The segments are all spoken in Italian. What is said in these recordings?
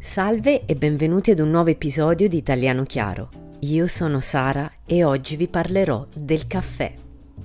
Salve e benvenuti ad un nuovo episodio di Italiano Chiaro. Io sono Sara e oggi vi parlerò del caffè.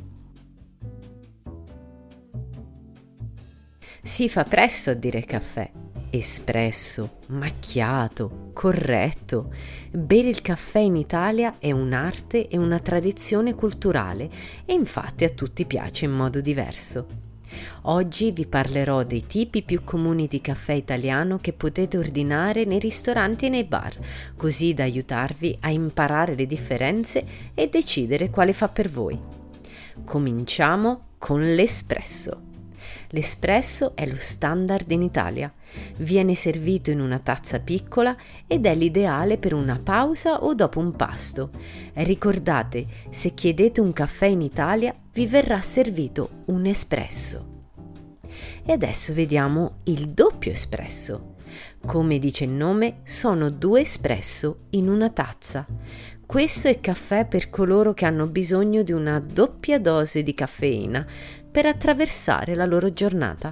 Si fa presto a dire caffè. Espresso, macchiato, corretto. Bere il caffè in Italia è un'arte e una tradizione culturale e infatti a tutti piace in modo diverso. Oggi vi parlerò dei tipi più comuni di caffè italiano che potete ordinare nei ristoranti e nei bar, così da aiutarvi a imparare le differenze e decidere quale fa per voi. Cominciamo con l'espresso. L'espresso è lo standard in Italia. Viene servito in una tazza piccola ed è l'ideale per una pausa o dopo un pasto. Ricordate, se chiedete un caffè in Italia, vi verrà servito un espresso. E adesso vediamo il doppio espresso. Come dice il nome, sono 2 espresso in una tazza. Questo è caffè per coloro che hanno bisogno di una doppia dose di caffeina per attraversare la loro giornata.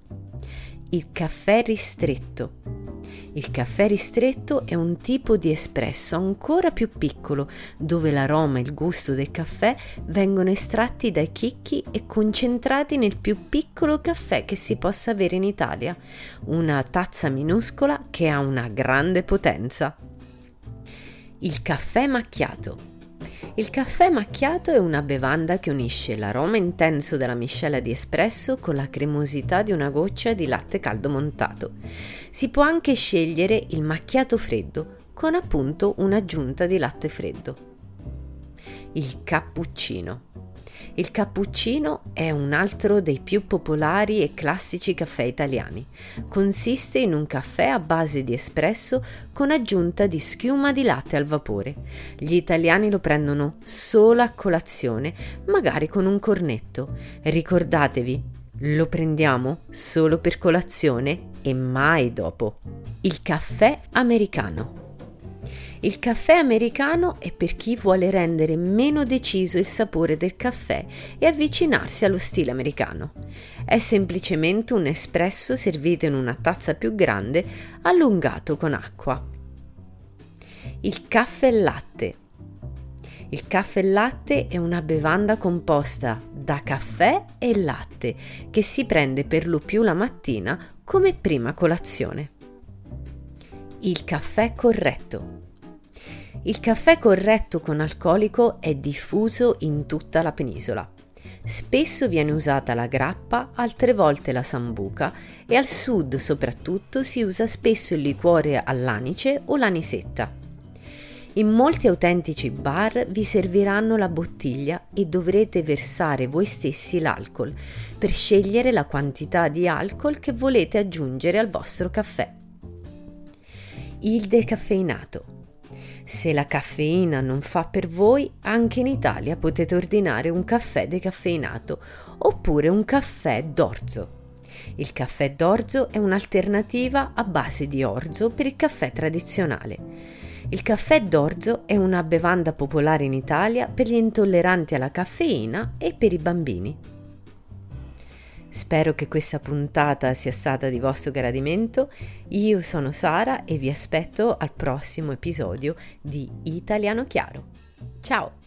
Il caffè ristretto. Il caffè ristretto è un tipo di espresso ancora più piccolo, dove l'aroma e il gusto del caffè vengono estratti dai chicchi e concentrati nel più piccolo caffè che si possa avere in Italia, una tazza minuscola che ha una grande potenza. Il caffè macchiato. Il caffè macchiato è una bevanda che unisce l'aroma intenso della miscela di espresso con la cremosità di una goccia di latte caldo montato. Si può anche scegliere il macchiato freddo, con appunto un'aggiunta di latte freddo. Il cappuccino. Il cappuccino è un altro dei più popolari e classici caffè italiani. Consiste in un caffè a base di espresso con aggiunta di schiuma di latte al vapore. Gli italiani lo prendono solo a colazione, magari con un cornetto. Ricordatevi, lo prendiamo solo per colazione e mai dopo. Il caffè americano. Il caffè americano è per chi vuole rendere meno deciso il sapore del caffè e avvicinarsi allo stile americano. È semplicemente un espresso servito in una tazza più grande, allungato con acqua. Il caffè latte. Il caffè latte è una bevanda composta da caffè e latte che si prende per lo più la mattina come prima colazione. Il caffè corretto. Il caffè corretto con alcolico è diffuso in tutta la penisola. Spesso viene usata la grappa, altre volte la sambuca e al sud soprattutto si usa spesso il liquore all'anice o l'anisetta. In molti autentici bar vi serviranno la bottiglia e dovrete versare voi stessi l'alcol per scegliere la quantità di alcol che volete aggiungere al vostro caffè. Il decaffeinato. Se la caffeina non fa per voi, anche in Italia potete ordinare un caffè decaffeinato oppure un caffè d'orzo. Il caffè d'orzo è un'alternativa a base di orzo per il caffè tradizionale. Il caffè d'orzo è una bevanda popolare in Italia per gli intolleranti alla caffeina e per i bambini. Spero che questa puntata sia stata di vostro gradimento. Io sono Sara e vi aspetto al prossimo episodio di Italiano Chiaro. Ciao!